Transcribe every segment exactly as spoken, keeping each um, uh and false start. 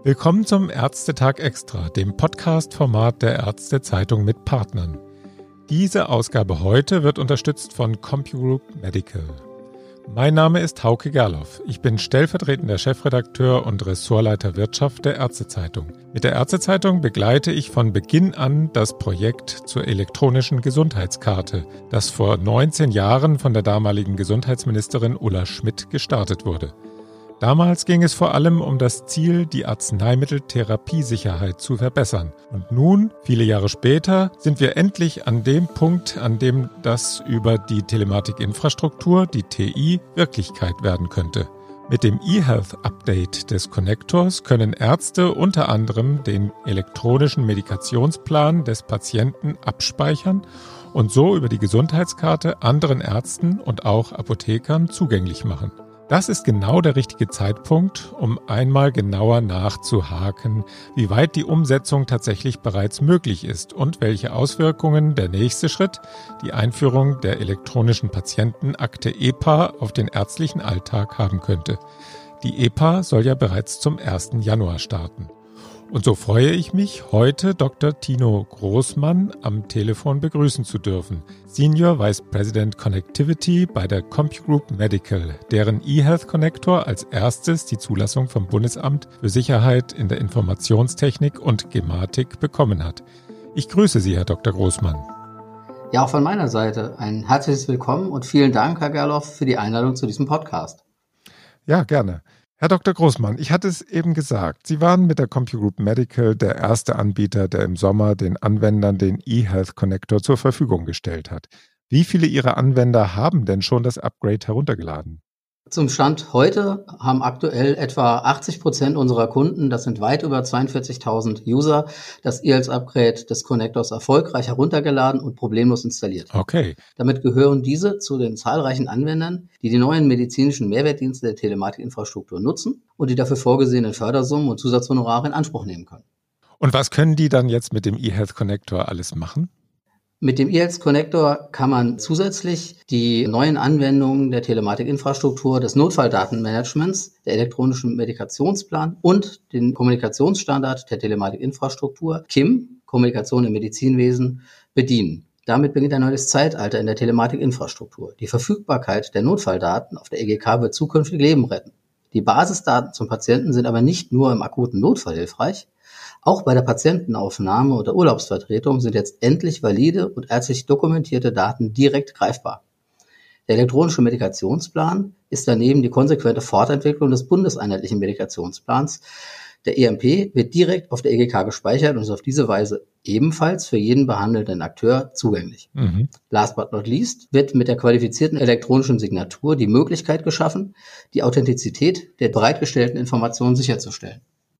Willkommen zum Ärztetag Extra, dem Podcast-Format der Ärztezeitung mit Partnern. Diese Ausgabe heute wird unterstützt von CompuGroup Medical. Mein Name ist Hauke Gerloff. Ich bin stellvertretender Chefredakteur und Ressortleiter Wirtschaft der Ärztezeitung. Mit der Ärztezeitung begleite ich von Beginn an das Projekt zur elektronischen Gesundheitskarte, das vor neunzehn Jahren von der damaligen Gesundheitsministerin Ulla Schmidt gestartet wurde. Damals ging es vor allem um das Ziel, die Arzneimitteltherapiesicherheit zu verbessern. Und nun, viele Jahre später, sind wir endlich an dem Punkt, an dem das über die Telematikinfrastruktur, die T I, Wirklichkeit werden könnte. Mit dem eHealth-Update des Connectors können Ärzte unter anderem den elektronischen Medikationsplan des Patienten abspeichern und so über die Gesundheitskarte anderen Ärzten und auch Apothekern zugänglich machen. Das ist genau der richtige Zeitpunkt, um einmal genauer nachzuhaken, wie weit die Umsetzung tatsächlich bereits möglich ist und welche Auswirkungen der nächste Schritt, die Einführung der elektronischen Patientenakte E P A, auf den ärztlichen Alltag haben könnte. Die E P A soll ja bereits zum ersten Januar starten. Und so freue ich mich, heute Doktor Tino Großmann am Telefon begrüßen zu dürfen. Senior Vice President Connectivity bei der CompuGroup Medical, deren eHealth Connector als erstes die Zulassung vom Bundesamt für Sicherheit in der Informationstechnik und Gematik bekommen hat. Ich grüße Sie, Herr Doktor Großmann. Ja, auch von meiner Seite ein herzliches Willkommen und vielen Dank, Herr Gerloff, für die Einladung zu diesem Podcast. Ja, gerne. Herr Doktor Großmann, ich hatte es eben gesagt, Sie waren mit der CompuGroup Medical der erste Anbieter, der im Sommer den Anwendern den eHealth Connector zur Verfügung gestellt hat. Wie viele Ihrer Anwender haben denn schon das Upgrade heruntergeladen? Zum Stand heute haben aktuell etwa achtzig Prozent unserer Kunden, das sind weit über zweiundvierzigtausend User, das eHealth-Upgrade des Connectors erfolgreich heruntergeladen und problemlos installiert. Okay. Damit gehören diese zu den zahlreichen Anwendern, die die neuen medizinischen Mehrwertdienste der Telematikinfrastruktur nutzen und die dafür vorgesehenen Fördersummen und Zusatzhonorare in Anspruch nehmen können. Und was können die dann jetzt mit dem eHealth Connector alles machen? Mit dem eHealth Connector kann man zusätzlich die neuen Anwendungen der Telematikinfrastruktur, des Notfalldatenmanagements, der elektronischen Medikationsplan und den Kommunikationsstandard der Telematikinfrastruktur, K I M, Kommunikation im Medizinwesen, bedienen. Damit beginnt ein neues Zeitalter in der Telematikinfrastruktur. Die Verfügbarkeit der Notfalldaten auf der E G K wird zukünftig Leben retten. Die Basisdaten zum Patienten sind aber nicht nur im akuten Notfall hilfreich. Auch bei der Patientenaufnahme oder Urlaubsvertretung sind jetzt endlich valide und ärztlich dokumentierte Daten direkt greifbar. Der elektronische Medikationsplan ist daneben die konsequente Fortentwicklung des bundeseinheitlichen Medikationsplans. Der E M P wird direkt auf der E G K gespeichert und ist auf diese Weise ebenfalls für jeden behandelnden Akteur zugänglich. Mhm. Last but not least wird mit der qualifizierten elektronischen Signatur die Möglichkeit geschaffen, die Authentizität der bereitgestellten Informationen sicherzustellen.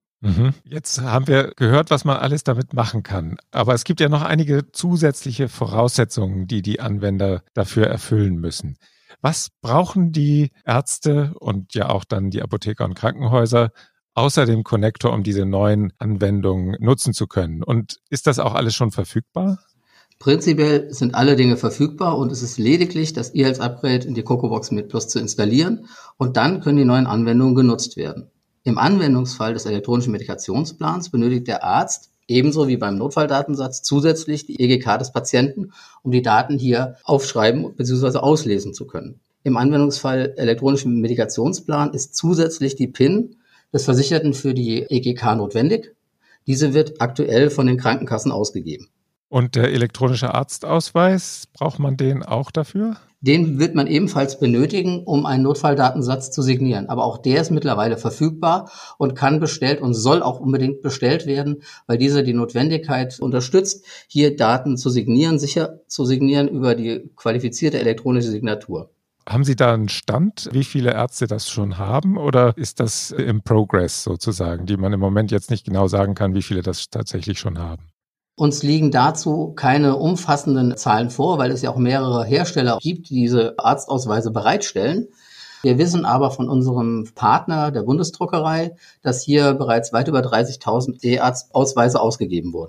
Jetzt haben wir gehört, was man alles damit machen kann. Aber es gibt ja noch einige zusätzliche Voraussetzungen, die die Anwender dafür erfüllen müssen. Was brauchen die Ärzte und ja auch dann die Apotheker und Krankenhäuser außer dem Connector, um diese neuen Anwendungen nutzen zu können? Und ist das auch alles schon verfügbar? Prinzipiell sind alle Dinge verfügbar und es ist lediglich das eHealth-Upgrade in die CocoBox Med Plus zu installieren und dann können die neuen Anwendungen genutzt werden. Im Anwendungsfall des elektronischen Medikationsplans benötigt der Arzt ebenso wie beim Notfalldatensatz zusätzlich die E G K des Patienten, um die Daten hier aufschreiben bzw. auslesen zu können. Im Anwendungsfall elektronischen Medikationsplan ist zusätzlich die P I N des Versicherten für die E G K notwendig. Diese wird aktuell von den Krankenkassen ausgegeben. Und der elektronische Arztausweis, braucht man den auch dafür? Den wird man ebenfalls benötigen, um einen Notfalldatensatz zu signieren. Aber auch der ist mittlerweile verfügbar und kann bestellt und soll auch unbedingt bestellt werden, weil dieser die Notwendigkeit unterstützt, hier Daten zu signieren, sicher zu signieren über die qualifizierte elektronische Signatur. Haben Sie da einen Stand, wie viele Ärzte das schon haben, oder ist das im Progress sozusagen, die man im Moment jetzt nicht genau sagen kann, wie viele das tatsächlich schon haben? Uns liegen dazu keine umfassenden Zahlen vor, weil es ja auch mehrere Hersteller gibt, die diese Arztausweise bereitstellen. Wir wissen aber von unserem Partner, der Bundesdruckerei, dass hier bereits weit über dreißigtausend E-Arztausweise ausgegeben wurden.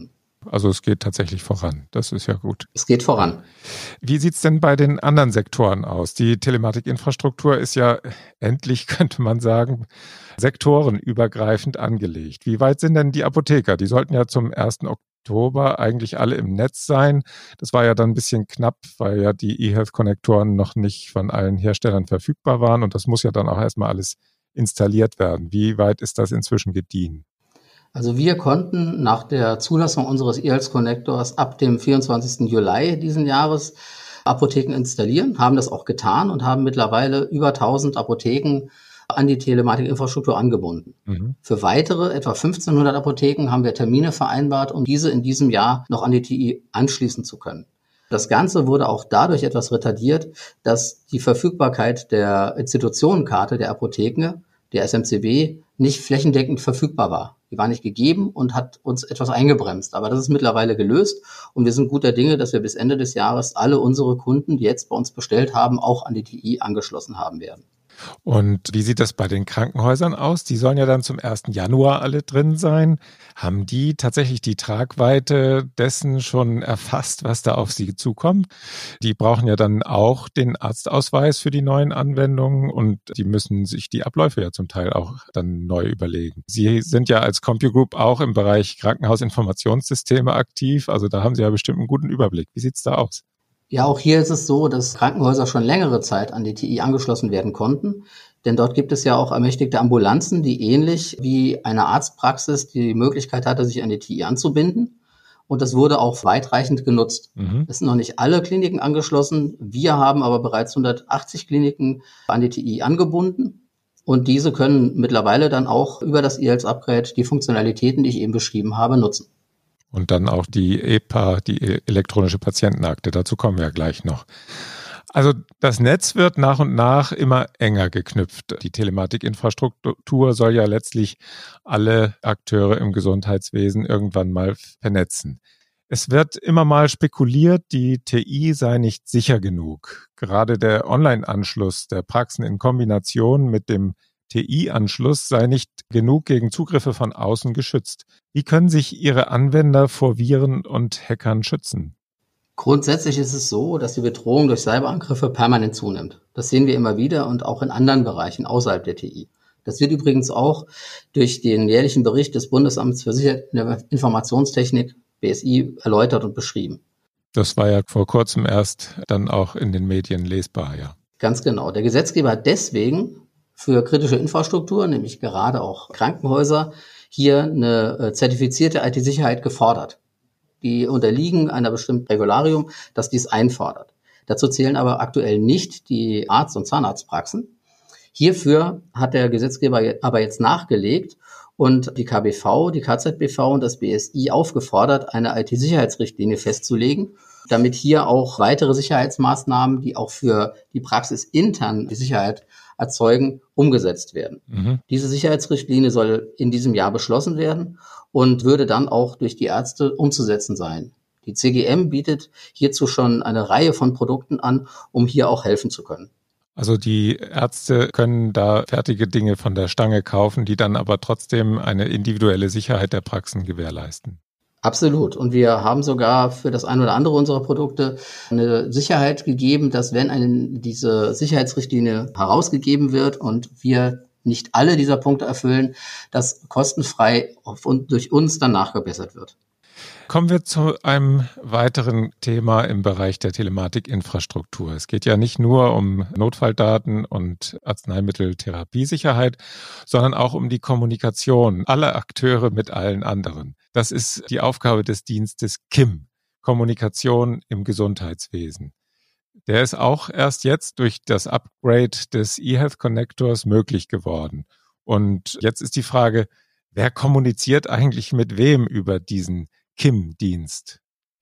Also es geht tatsächlich voran. Das ist ja gut. Es geht voran. Wie sieht's denn bei den anderen Sektoren aus? Die Telematikinfrastruktur ist ja endlich, könnte man sagen, sektorenübergreifend angelegt. Wie weit sind denn die Apotheker? Die sollten ja zum ersten Oktober eigentlich alle im Netz sein. Das war ja dann ein bisschen knapp, weil ja die eHealth-Konnektoren noch nicht von allen Herstellern verfügbar waren. Und das muss ja dann auch erstmal alles installiert werden. Wie weit ist das inzwischen gediehen? Also wir konnten nach der Zulassung unseres eHealth-Konnektors ab dem vierundzwanzigsten Juli diesen Jahres Apotheken installieren, haben das auch getan und haben mittlerweile über tausend Apotheken an die Telematikinfrastruktur angebunden. Mhm. Für weitere etwa fünfzehnhundert Apotheken haben wir Termine vereinbart, um diese in diesem Jahr noch an die T I anschließen zu können. Das Ganze wurde auch dadurch etwas retardiert, dass die Verfügbarkeit der Institutionenkarte der Apotheken, der S M C B, nicht flächendeckend verfügbar war. Die war nicht gegeben und hat uns etwas eingebremst. Aber das ist mittlerweile gelöst und wir sind guter Dinge, dass wir bis Ende des Jahres alle unsere Kunden, die jetzt bei uns bestellt haben, auch an die T I angeschlossen haben werden. Und wie sieht das bei den Krankenhäusern aus? Die sollen ja dann zum ersten Januar alle drin sein. Haben die tatsächlich die Tragweite dessen schon erfasst, was da auf sie zukommt? Die brauchen ja dann auch den Arztausweis für die neuen Anwendungen und die müssen sich die Abläufe ja zum Teil auch dann neu überlegen. Sie sind ja als CompuGroup auch im Bereich Krankenhausinformationssysteme aktiv. Also da haben Sie ja bestimmt einen guten Überblick. Wie sieht's da aus? Ja, auch hier ist es so, dass Krankenhäuser schon längere Zeit an die T I angeschlossen werden konnten. Denn dort gibt es ja auch ermächtigte Ambulanzen, die ähnlich wie eine Arztpraxis die Möglichkeit hatte, sich an die T I anzubinden. Und das wurde auch weitreichend genutzt. Mhm. Es sind noch nicht alle Kliniken angeschlossen. Wir haben aber bereits hundertachtzig Kliniken an die T I angebunden. Und diese können mittlerweile dann auch über das eHealth-Upgrade die Funktionalitäten, die ich eben beschrieben habe, nutzen. Und dann auch die E P A, die elektronische Patientenakte, dazu kommen wir ja gleich noch. Also das Netz wird nach und nach immer enger geknüpft. Die Telematikinfrastruktur soll ja letztlich alle Akteure im Gesundheitswesen irgendwann mal vernetzen. Es wird immer mal spekuliert, die T I sei nicht sicher genug. Gerade der Online-Anschluss der Praxen in Kombination mit dem T I-Anschluss sei nicht genug gegen Zugriffe von außen geschützt. Wie können sich Ihre Anwender vor Viren und Hackern schützen? Grundsätzlich ist es so, dass die Bedrohung durch Cyberangriffe permanent zunimmt. Das sehen wir immer wieder und auch in anderen Bereichen außerhalb der T I. Das wird übrigens auch durch den jährlichen Bericht des Bundesamts für Sicherheit in der Informationstechnik, B S I, erläutert und beschrieben. Das war ja vor kurzem erst dann auch in den Medien lesbar, ja. Ganz genau. Der Gesetzgeber hat deswegen für kritische Infrastruktur, nämlich gerade auch Krankenhäuser, hier eine zertifizierte I T-Sicherheit gefordert. Die unterliegen einer bestimmten Regularium, das dies einfordert. Dazu zählen aber aktuell nicht die Arzt- und Zahnarztpraxen. Hierfür hat der Gesetzgeber aber jetzt nachgelegt und die K B V, die K Z B V und das B S I aufgefordert, eine I T-Sicherheitsrichtlinie festzulegen, damit hier auch weitere Sicherheitsmaßnahmen, die auch für die Praxis intern die Sicherheit erzeugen, umgesetzt werden. Mhm. Diese Sicherheitsrichtlinie soll in diesem Jahr beschlossen werden und würde dann auch durch die Ärzte umzusetzen sein. Die C G M bietet hierzu schon eine Reihe von Produkten an, um hier auch helfen zu können. Also die Ärzte können da fertige Dinge von der Stange kaufen, die dann aber trotzdem eine individuelle Sicherheit der Praxen gewährleisten. Absolut. Und wir haben sogar für das ein oder andere unserer Produkte eine Sicherheit gegeben, dass wenn eine, diese Sicherheitsrichtlinie herausgegeben wird und wir nicht alle dieser Punkte erfüllen, dass kostenfrei auf, und durch uns dann nachgebessert wird. Kommen wir zu einem weiteren Thema im Bereich der Telematikinfrastruktur. Es geht ja nicht nur um Notfalldaten und Arzneimitteltherapiesicherheit, sondern auch um die Kommunikation aller Akteure mit allen anderen. Das ist die Aufgabe des Dienstes K I M, Kommunikation im Gesundheitswesen. Der ist auch erst jetzt durch das Upgrade des eHealth-Konnektors möglich geworden. Und jetzt ist die Frage, wer kommuniziert eigentlich mit wem über diesen K I M-Dienst?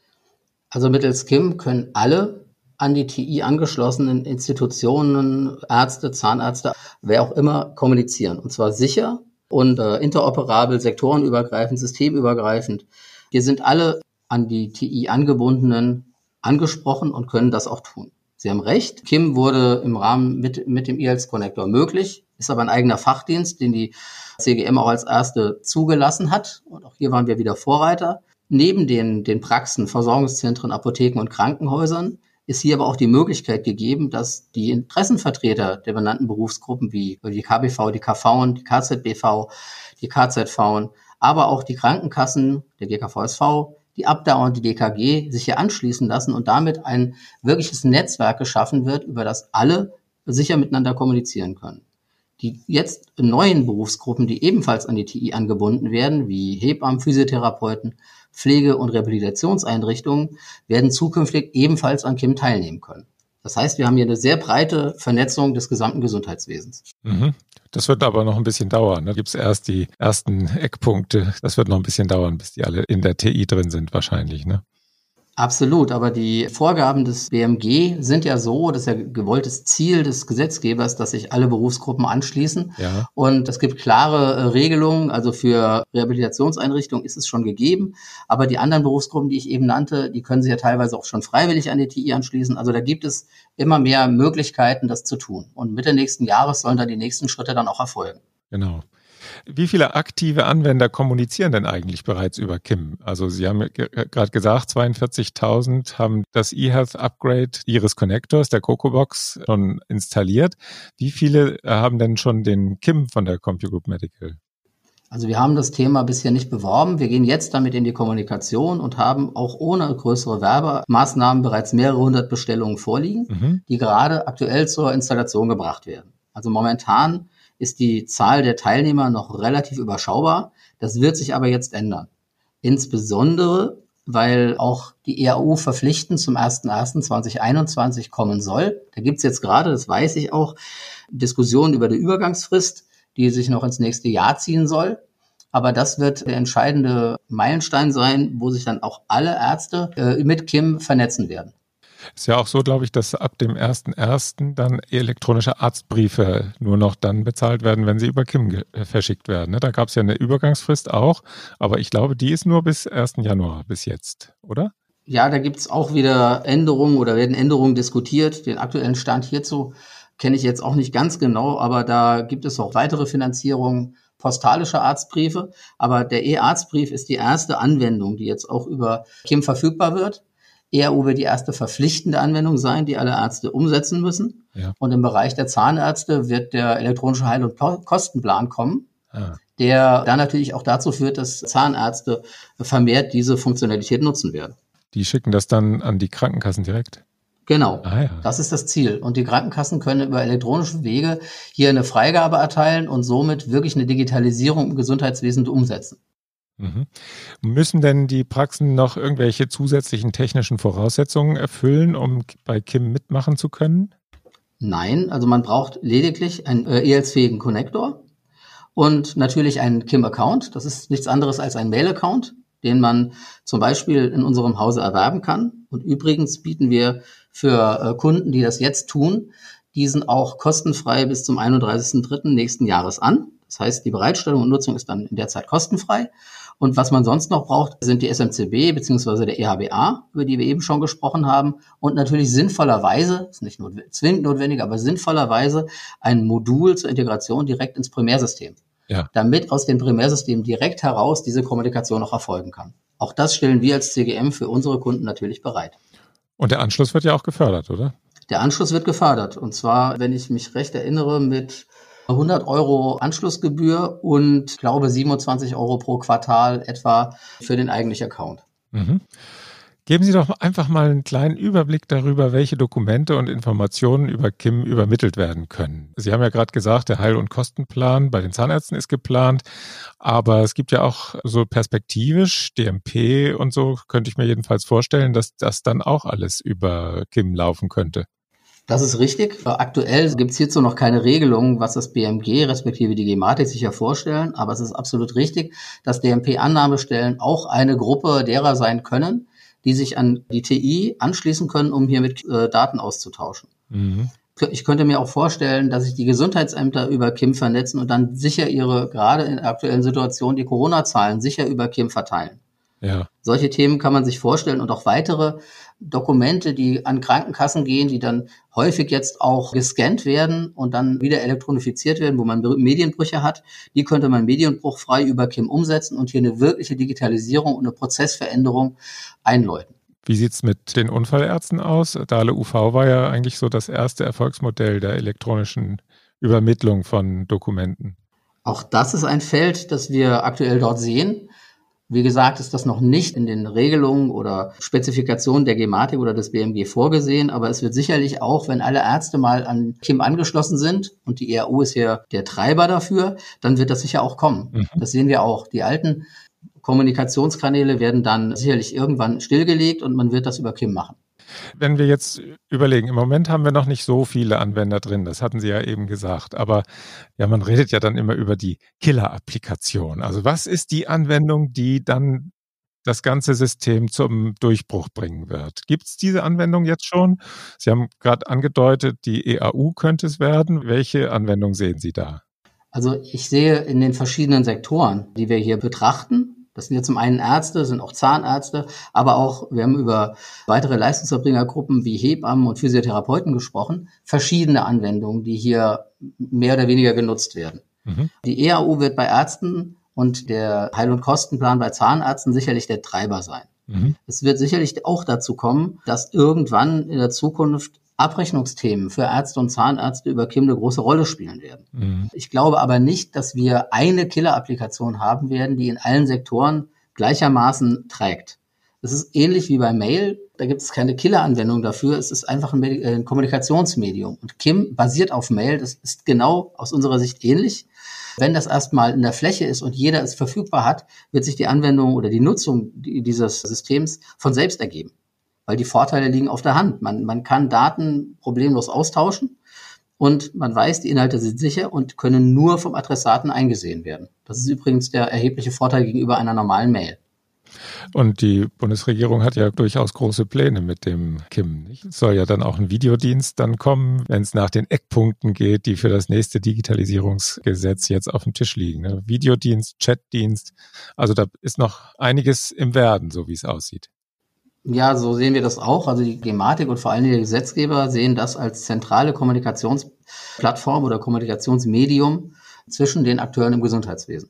Also mittels K I M können alle an die T I angeschlossenen Institutionen, Ärzte, Zahnärzte, wer auch immer, kommunizieren. Und zwar sicher und äh, interoperabel, sektorenübergreifend, systemübergreifend. Wir sind alle an die T I angebundenen angesprochen und können das auch tun. Sie haben recht, K I M wurde im Rahmen mit, mit dem eHealth-Konnektor möglich, ist aber ein eigener Fachdienst, den die C G M auch als erste zugelassen hat. Und auch hier waren wir wieder Vorreiter. Neben den, den Praxen, Versorgungszentren, Apotheken und Krankenhäusern ist hier aber auch die Möglichkeit gegeben, dass die Interessenvertreter der benannten Berufsgruppen wie die K B V, die K V, die K Z B V, die K Z V, aber auch die Krankenkassen, der G K V S V, die Abda und die D K G sich hier anschließen lassen und damit ein wirkliches Netzwerk geschaffen wird, über das alle sicher miteinander kommunizieren können. Die jetzt neuen Berufsgruppen, die ebenfalls an die T I angebunden werden, wie Hebammen, Physiotherapeuten, Pflege- und Rehabilitationseinrichtungen, werden zukünftig ebenfalls an K I M teilnehmen können. Das heißt, wir haben hier eine sehr breite Vernetzung des gesamten Gesundheitswesens. Mhm. Das wird aber noch ein bisschen dauern. Da gibt es erst die ersten Eckpunkte. Das wird noch ein bisschen dauern, bis die alle in der T I drin sind wahrscheinlich, ne? Absolut, aber die Vorgaben des B M G sind ja so, das ist ja gewolltes Ziel des Gesetzgebers, dass sich alle Berufsgruppen anschließen. Ja. Und es gibt klare äh, Regelungen, also für Rehabilitationseinrichtungen ist es schon gegeben, aber die anderen Berufsgruppen, die ich eben nannte, die können sich ja teilweise auch schon freiwillig an die T I anschließen. Also da gibt es immer mehr Möglichkeiten, das zu tun. Und Mitte nächsten Jahres sollen dann die nächsten Schritte dann auch erfolgen. Genau. Wie viele aktive Anwender kommunizieren denn eigentlich bereits über K I M? Also Sie haben ge- gerade gesagt, zweiundvierzigtausend haben das eHealth-Upgrade Ihres Connectors, der CocoBox, schon installiert. Wie viele haben denn schon den K I M von der CompuGroup Medical? Also wir haben das Thema bisher nicht beworben. Wir gehen jetzt damit in die Kommunikation und haben auch ohne größere Werbemaßnahmen bereits mehrere hundert Bestellungen vorliegen, mhm. die gerade aktuell zur Installation gebracht werden. Also momentan ist die Zahl der Teilnehmer noch relativ überschaubar. Das wird sich aber jetzt ändern. Insbesondere, weil auch die E A U verpflichtend zum ersten ersten zweitausendeinundzwanzig kommen soll. Da gibt es jetzt gerade, das weiß ich auch, Diskussionen über die Übergangsfrist, die sich noch ins nächste Jahr ziehen soll. Aber das wird der entscheidende Meilenstein sein, wo sich dann auch alle Ärzte äh, mit K I M vernetzen werden. Ist ja auch so, glaube ich, dass ab dem ersten ersten dann elektronische Arztbriefe nur noch dann bezahlt werden, wenn sie über K I M ge- verschickt werden. Da gab es ja eine Übergangsfrist auch, aber ich glaube, die ist nur bis ersten Januar bis jetzt, oder? Ja, da gibt es auch wieder Änderungen oder werden Änderungen diskutiert. Den aktuellen Stand hierzu kenne ich jetzt auch nicht ganz genau, aber da gibt es auch weitere Finanzierungen postalischer Arztbriefe. Aber der E-Arztbrief ist die erste Anwendung, die jetzt auch über K I M verfügbar wird. E A U wird die erste verpflichtende Anwendung sein, die alle Ärzte umsetzen müssen. Ja. Und im Bereich der Zahnärzte wird der elektronische Heil- und Kostenplan kommen, ah. der dann natürlich auch dazu führt, dass Zahnärzte vermehrt diese Funktionalität nutzen werden. Die schicken das dann an die Krankenkassen direkt? Genau, ah, ja. Das ist das Ziel. Und die Krankenkassen können über elektronische Wege hier eine Freigabe erteilen und somit wirklich eine Digitalisierung im Gesundheitswesen umsetzen. Mhm. Müssen denn die Praxen noch irgendwelche zusätzlichen technischen Voraussetzungen erfüllen, um bei K I M mitmachen zu können? Nein, also man braucht lediglich einen äh, E H A L-fähigen Connector und natürlich einen K I M-Account. Das ist nichts anderes als ein Mail-Account, den man zum Beispiel in unserem Hause erwerben kann. Und übrigens bieten wir für äh, Kunden, die das jetzt tun, diesen auch kostenfrei bis zum einunddreißigsten dritten nächsten Jahres an. Das heißt, die Bereitstellung und Nutzung ist dann in der Zeit kostenfrei. Und was man sonst noch braucht, sind die S M C B bzw. der E H B A, über die wir eben schon gesprochen haben. Und natürlich sinnvollerweise, ist nicht not- zwingend notwendig, aber sinnvollerweise ein Modul zur Integration direkt ins Primärsystem. Ja. Damit aus dem Primärsystem direkt heraus diese Kommunikation auch erfolgen kann. Auch das stellen wir als C G M für unsere Kunden natürlich bereit. Und der Anschluss wird ja auch gefördert, oder? Der Anschluss wird gefördert. Und zwar, wenn ich mich recht erinnere, mit hundert Euro Anschlussgebühr und glaube siebenundzwanzig Euro pro Quartal etwa für den eigentlichen Account. Mhm. Geben Sie doch einfach mal einen kleinen Überblick darüber, welche Dokumente und Informationen über K I M übermittelt werden können. Sie haben ja gerade gesagt, der Heil- und Kostenplan bei den Zahnärzten ist geplant, aber es gibt ja auch so perspektivisch D M P und so, könnte ich mir jedenfalls vorstellen, dass das dann auch alles über K I M laufen könnte. Das ist richtig. Aktuell gibt es hierzu noch keine Regelung, was das B M G respektive die Gematik sich ja vorstellen. Aber es ist absolut richtig, dass D M P-Annahmestellen auch eine Gruppe derer sein können, die sich an die T I anschließen können, um hiermit äh, Daten auszutauschen. Mhm. Ich könnte mir auch vorstellen, dass sich die Gesundheitsämter über K I M vernetzen und dann sicher ihre, gerade in der aktuellen Situation, die Corona-Zahlen sicher über K I M verteilen. Ja. Solche Themen kann man sich vorstellen und auch weitere Dokumente, die an Krankenkassen gehen, die dann häufig jetzt auch gescannt werden und dann wieder elektronifiziert werden, wo man Medienbrüche hat, die könnte man medienbruchfrei über K I M umsetzen und hier eine wirkliche Digitalisierung und eine Prozessveränderung einläuten. Wie sieht's mit den Unfallärzten aus? DALE U V war ja eigentlich so das erste Erfolgsmodell der elektronischen Übermittlung von Dokumenten. Auch das ist ein Feld, das wir aktuell dort sehen. Wie gesagt, ist das noch nicht in den Regelungen oder Spezifikationen der Gematik oder des B M G vorgesehen, aber es wird sicherlich auch, wenn alle Ärzte mal an K I M angeschlossen sind und die E A U ist ja der Treiber dafür, dann wird das sicher auch kommen. Mhm. Das sehen wir auch. Die alten Kommunikationskanäle werden dann sicherlich irgendwann stillgelegt und man wird das über K I M machen. Wenn wir jetzt überlegen, im Moment haben wir noch nicht so viele Anwender drin, das hatten Sie ja eben gesagt, aber ja, man redet ja dann immer über die Killer-Applikation. Also was ist die Anwendung, die dann das ganze System zum Durchbruch bringen wird? Gibt es diese Anwendung jetzt schon? Sie haben gerade angedeutet, die E A U könnte es werden. Welche Anwendung sehen Sie da? Also ich sehe in den verschiedenen Sektoren, die wir hier betrachten, das sind ja zum einen Ärzte, sind auch Zahnärzte, aber auch, wir haben über weitere Leistungserbringergruppen wie Hebammen und Physiotherapeuten gesprochen, verschiedene Anwendungen, die hier mehr oder weniger genutzt werden. Mhm. Die E A U wird bei Ärzten und der Heil- und Kostenplan bei Zahnärzten sicherlich der Treiber sein. Mhm. Es wird sicherlich auch dazu kommen, dass irgendwann in der Zukunft Abrechnungsthemen für Ärzte und Zahnärzte über K I M eine große Rolle spielen werden. Mhm. Ich glaube aber nicht, dass wir eine Killer-Applikation haben werden, die in allen Sektoren gleichermaßen trägt. Es ist ähnlich wie bei Mail. Da gibt es keine Killer-Anwendung dafür. Es ist einfach ein, ein Kommunikationsmedium. Und K I M basiert auf Mail. Das ist genau aus unserer Sicht ähnlich. Wenn das erstmal in der Fläche ist und jeder es verfügbar hat, wird sich die Anwendung oder die Nutzung dieses Systems von selbst ergeben. Weil die Vorteile liegen auf der Hand. Man, man kann Daten problemlos austauschen und man weiß, die Inhalte sind sicher und können nur vom Adressaten eingesehen werden. Das ist übrigens der erhebliche Vorteil gegenüber einer normalen Mail. Und die Bundesregierung hat ja durchaus große Pläne mit dem K I M. Es soll ja dann auch ein Videodienst dann kommen, wenn es nach den Eckpunkten geht, die für das nächste Digitalisierungsgesetz jetzt auf dem Tisch liegen. Ne? Videodienst, Chatdienst, also da ist noch einiges im Werden, so wie es aussieht. Ja, so sehen wir das auch. Also die Gematik und vor allem die Gesetzgeber sehen das als zentrale Kommunikationsplattform oder Kommunikationsmedium zwischen den Akteuren im Gesundheitswesen.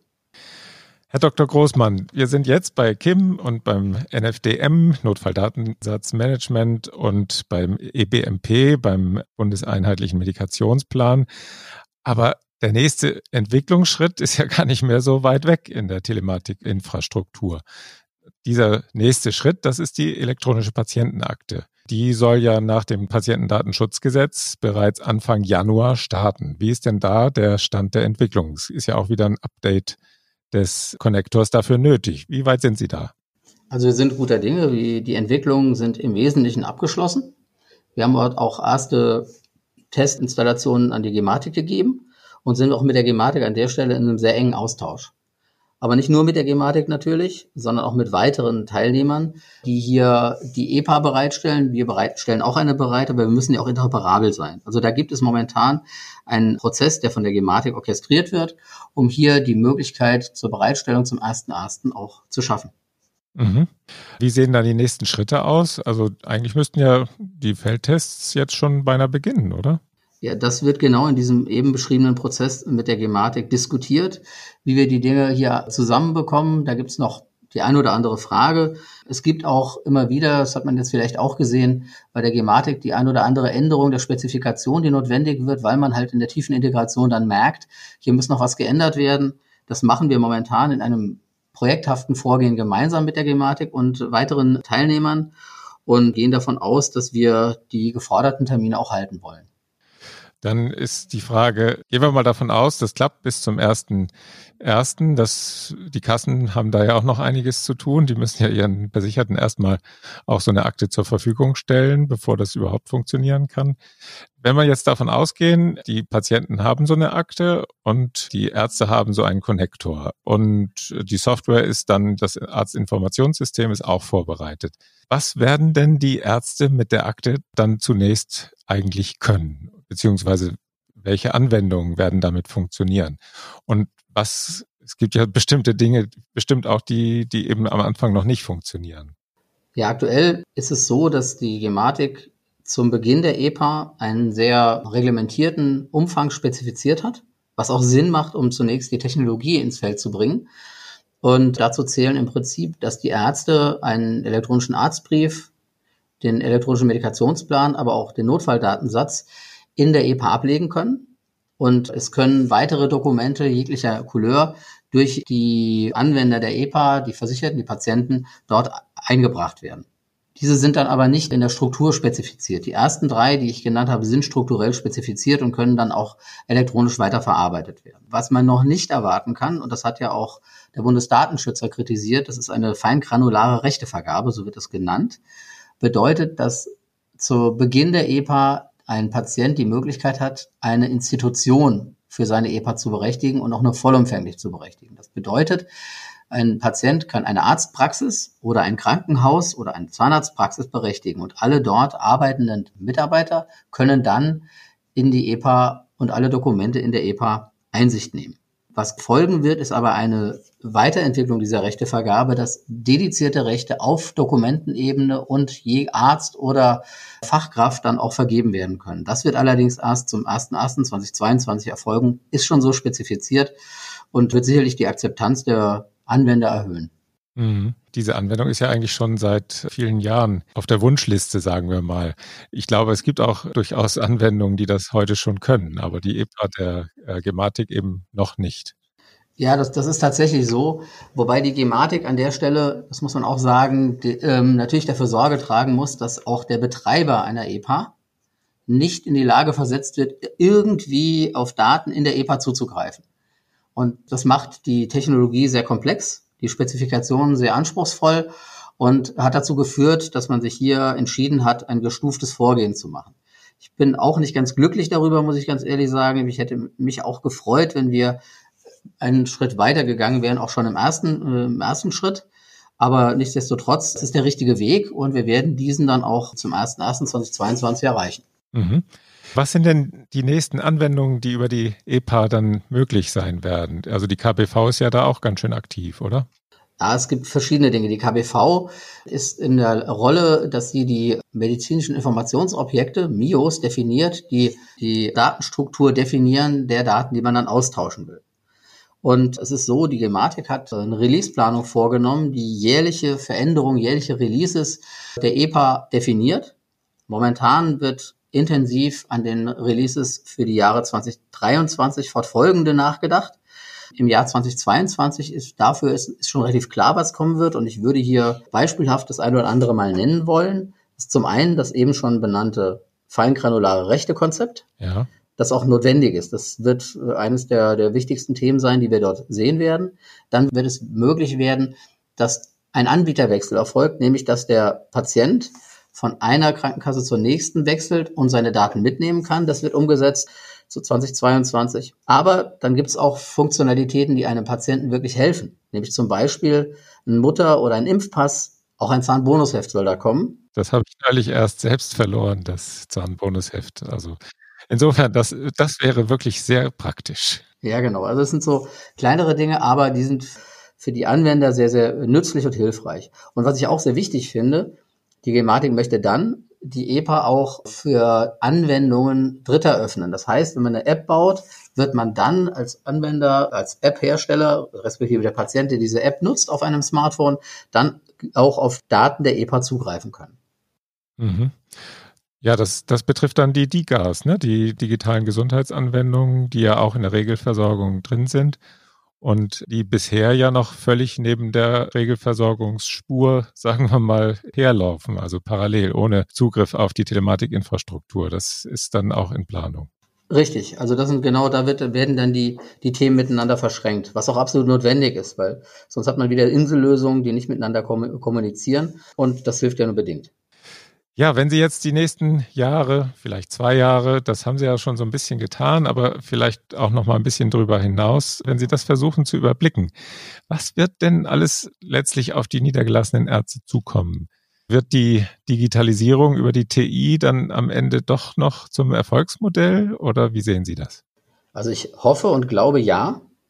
Herr Doktor Großmann, wir sind jetzt bei K I M und beim N F D M, Notfalldatensatzmanagement, und beim E B M P, beim Bundeseinheitlichen Medikationsplan. Aber der nächste Entwicklungsschritt ist ja gar nicht mehr so weit weg in der Telematikinfrastruktur. Dieser nächste Schritt, das ist die elektronische Patientenakte. Die soll ja nach dem Patientendatenschutzgesetz bereits Anfang Januar starten. Wie ist denn da der Stand der Entwicklung? Es ist ja auch wieder ein Update des Konnektors dafür nötig. Wie weit sind Sie da? Also wir sind guter Dinge. Die Entwicklungen sind im Wesentlichen abgeschlossen. Wir haben dort auch erste Testinstallationen an die Gematik gegeben und sind auch mit der Gematik an der Stelle in einem sehr engen Austausch. Aber nicht nur mit der Gematik natürlich, sondern auch mit weiteren Teilnehmern, die hier die E P A bereitstellen. Wir bereitstellen auch eine bereit, aber wir müssen ja auch interoperabel sein. Also da gibt es momentan einen Prozess, der von der Gematik orchestriert wird, um hier die Möglichkeit zur Bereitstellung zum ersten ersten auch zu schaffen. Mhm. Wie sehen da die nächsten Schritte aus? Also eigentlich müssten ja die Feldtests jetzt schon beinahe beginnen, oder? Ja, das wird genau in diesem eben beschriebenen Prozess mit der Gematik diskutiert, wie wir die Dinge hier zusammenbekommen. Da gibt's noch die eine oder andere Frage. Es gibt auch immer wieder, das hat man jetzt vielleicht auch gesehen, bei der Gematik die eine oder andere Änderung der Spezifikation, die notwendig wird, weil man halt in der tiefen Integration dann merkt, hier muss noch was geändert werden. Das machen wir momentan in einem projekthaften Vorgehen gemeinsam mit der Gematik und weiteren Teilnehmern und gehen davon aus, dass wir die geforderten Termine auch halten wollen. Dann ist die Frage, gehen wir mal davon aus, das klappt bis zum ersten ersten Das, die Kassen haben da ja auch noch einiges zu tun. Die müssen ja ihren Versicherten erstmal auch so eine Akte zur Verfügung stellen, bevor das überhaupt funktionieren kann. Wenn wir jetzt davon ausgehen, die Patienten haben so eine Akte und die Ärzte haben so einen Konnektor und die Software ist dann, das Arztinformationssystem ist auch vorbereitet. Was werden denn die Ärzte mit der Akte dann zunächst eigentlich können? Beziehungsweise welche Anwendungen werden damit funktionieren? Und was es gibt ja bestimmte Dinge, bestimmt auch die, die eben am Anfang noch nicht funktionieren. Ja, aktuell ist es so, dass die Gematik zum Beginn der E P A einen sehr reglementierten Umfang spezifiziert hat, was auch Sinn macht, um zunächst die Technologie ins Feld zu bringen. Und dazu zählen im Prinzip, dass die Ärzte einen elektronischen Arztbrief, den elektronischen Medikationsplan, aber auch den Notfalldatensatz in der E P A ablegen können. Und es können weitere Dokumente jeglicher Couleur durch die Anwender der E P A, die Versicherten, die Patienten, dort eingebracht werden. Diese sind dann aber nicht in der Struktur spezifiziert. Die ersten drei, die ich genannt habe, sind strukturell spezifiziert und können dann auch elektronisch weiterverarbeitet werden. Was man noch nicht erwarten kann, und das hat ja auch der Bundesdatenschützer kritisiert, das ist eine feingranulare Rechtevergabe, so wird es genannt, bedeutet, dass zu Beginn der E P A ein Patient die Möglichkeit hat, eine Institution für seine E P A zu berechtigen und auch nur vollumfänglich zu berechtigen. Das bedeutet, ein Patient kann eine Arztpraxis oder ein Krankenhaus oder eine Zahnarztpraxis berechtigen und alle dort arbeitenden Mitarbeiter können dann in die E P A und alle Dokumente in der E P A Einsicht nehmen. Was folgen wird, ist aber eine Weiterentwicklung dieser Rechtevergabe, dass dedizierte Rechte auf Dokumentenebene und je Arzt oder Fachkraft dann auch vergeben werden können. Das wird allerdings erst zum ersten ersten zweitausendzweiundzwanzig erfolgen, ist schon so spezifiziert und wird sicherlich die Akzeptanz der Anwender erhöhen. Mhm. Diese Anwendung ist ja eigentlich schon seit vielen Jahren auf der Wunschliste, sagen wir mal. Ich glaube, es gibt auch durchaus Anwendungen, die das heute schon können, aber die E P A der äh, Gematik eben noch nicht. Ja, das, das ist tatsächlich so, wobei die Gematik an der Stelle, das muss man auch sagen, die, ähm, natürlich dafür Sorge tragen muss, dass auch der Betreiber einer E P A nicht in die Lage versetzt wird, irgendwie auf Daten in der E P A zuzugreifen. Und das macht die Technologie sehr komplex, die Spezifikationen sehr anspruchsvoll und hat dazu geführt, dass man sich hier entschieden hat, ein gestuftes Vorgehen zu machen. Ich bin auch nicht ganz glücklich darüber, muss ich ganz ehrlich sagen. Ich hätte mich auch gefreut, wenn wir einen Schritt weiter gegangen wären, auch schon im ersten, äh, im ersten Schritt. Aber nichtsdestotrotz, es ist der richtige Weg und wir werden diesen dann auch zum ersten ersten zweitausendzweiundzwanzig erreichen. Mhm. Was sind denn die nächsten Anwendungen, die über die E P A dann möglich sein werden? Also die K B V ist ja da auch ganz schön aktiv, oder? Ja, es gibt verschiedene Dinge. Die K B V ist in der Rolle, dass sie die medizinischen Informationsobjekte, M I Os, definiert, die die Datenstruktur definieren der Daten, die man dann austauschen will. Und es ist so, die Gematik hat eine Releaseplanung vorgenommen, die jährliche Veränderung, jährliche Releases der E P A definiert. Momentan wird intensiv an den Releases für die Jahre zweitausenddreiundzwanzig fortfolgende nachgedacht. Im Jahr zweitausendzweiundzwanzig ist dafür ist, ist schon relativ klar, was kommen wird. Und ich würde hier beispielhaft das eine oder andere mal nennen wollen. Das ist zum einen das eben schon benannte feingranulare Rechtekonzept, ja, das auch notwendig ist. Das wird eines der, der wichtigsten Themen sein, die wir dort sehen werden. Dann wird es möglich werden, dass ein Anbieterwechsel erfolgt, nämlich dass der Patient von einer Krankenkasse zur nächsten wechselt und seine Daten mitnehmen kann. Das wird umgesetzt zu zweitausendzweiundzwanzig. Aber dann gibt es auch Funktionalitäten, die einem Patienten wirklich helfen. Nämlich zum Beispiel ein Mutter- oder ein Impfpass, auch ein Zahnbonusheft soll da kommen. Das habe ich neulich erst selbst verloren, das Zahnbonusheft. Also insofern, das, das wäre wirklich sehr praktisch. Ja, genau. Also es sind so kleinere Dinge, aber die sind für die Anwender sehr, sehr nützlich und hilfreich. Und was ich auch sehr wichtig finde, die Gematik möchte dann die E P A auch für Anwendungen Dritter öffnen. Das heißt, wenn man eine App baut, wird man dann als Anwender, als App-Hersteller, respektive der Patient, der diese App nutzt auf einem Smartphone, dann auch auf Daten der E P A zugreifen können. Mhm. Ja, das, das betrifft dann die D I G A s, ne? Die digitalen Gesundheitsanwendungen, die ja auch in der Regelversorgung drin sind. Und die bisher ja noch völlig neben der Regelversorgungsspur, sagen wir mal, herlaufen, also parallel, ohne Zugriff auf die Telematikinfrastruktur. Das ist dann auch in Planung. Richtig, also das sind genau, da wird, werden dann die, die Themen miteinander verschränkt, was auch absolut notwendig ist, weil sonst hat man wieder Insellösungen, die nicht miteinander kommunizieren und das hilft ja nur bedingt. Ja, wenn Sie jetzt die nächsten Jahre, vielleicht zwei Jahre, das haben Sie ja schon so ein bisschen getan, aber vielleicht auch noch mal ein bisschen drüber hinaus, wenn Sie das versuchen zu überblicken, was wird denn alles letztlich auf die niedergelassenen Ärzte zukommen? Wird die Digitalisierung über die T I dann am Ende doch noch zum Erfolgsmodell oder wie sehen Sie das? Also ich hoffe und glaube ja,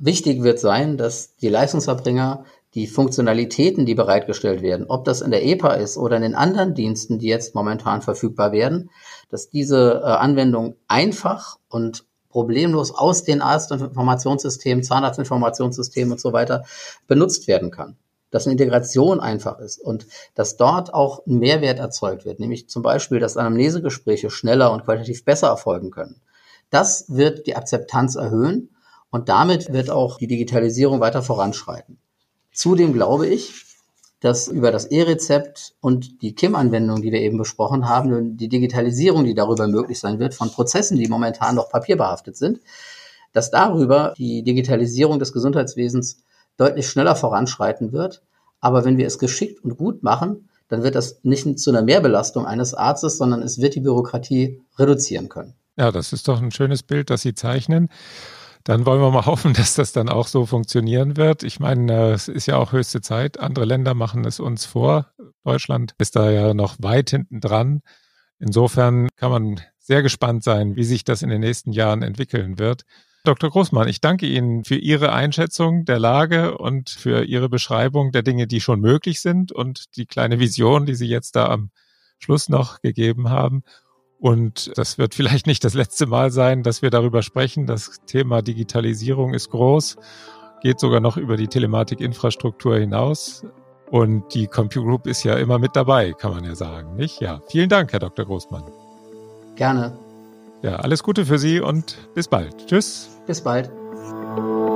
Wichtig wird sein, dass die Leistungserbringer die Funktionalitäten, die bereitgestellt werden, ob das in der E P A ist oder in den anderen Diensten, die jetzt momentan verfügbar werden, dass diese äh, Anwendung einfach und problemlos aus den Arztinformationssystemen, Zahnarztinformationssystemen und so weiter benutzt werden kann. Dass eine Integration einfach ist und dass dort auch ein Mehrwert erzeugt wird, nämlich zum Beispiel, dass Anamnesegespräche schneller und qualitativ besser erfolgen können. Das wird die Akzeptanz erhöhen und damit wird auch die Digitalisierung weiter voranschreiten. Zudem glaube ich, dass über das E-Rezept und die K I M-Anwendung, die wir eben besprochen haben, die Digitalisierung, die darüber möglich sein wird, von Prozessen, die momentan noch papierbehaftet sind, dass darüber die Digitalisierung des Gesundheitswesens deutlich schneller voranschreiten wird. Aber wenn wir es geschickt und gut machen, dann wird das nicht zu einer Mehrbelastung eines Arztes, sondern es wird die Bürokratie reduzieren können. Ja, das ist doch ein schönes Bild, das Sie zeichnen. Dann wollen wir mal hoffen, dass das dann auch so funktionieren wird. Ich meine, es ist ja auch höchste Zeit. Andere Länder machen es uns vor. Deutschland ist da ja noch weit hinten dran. Insofern kann man sehr gespannt sein, wie sich das in den nächsten Jahren entwickeln wird. Doktor Großmann, ich danke Ihnen für Ihre Einschätzung der Lage und für Ihre Beschreibung der Dinge, die schon möglich sind und die kleine Vision, die Sie jetzt da am Schluss noch gegeben haben. Und das wird vielleicht nicht das letzte Mal sein, dass wir darüber sprechen. Das Thema Digitalisierung ist groß, geht sogar noch über die Telematikinfrastruktur hinaus. Und die CompuGroup ist ja immer mit dabei, kann man ja sagen, nicht? Ja, vielen Dank, Herr Doktor Großmann. Gerne. Ja, alles Gute für Sie und bis bald. Tschüss. Bis bald.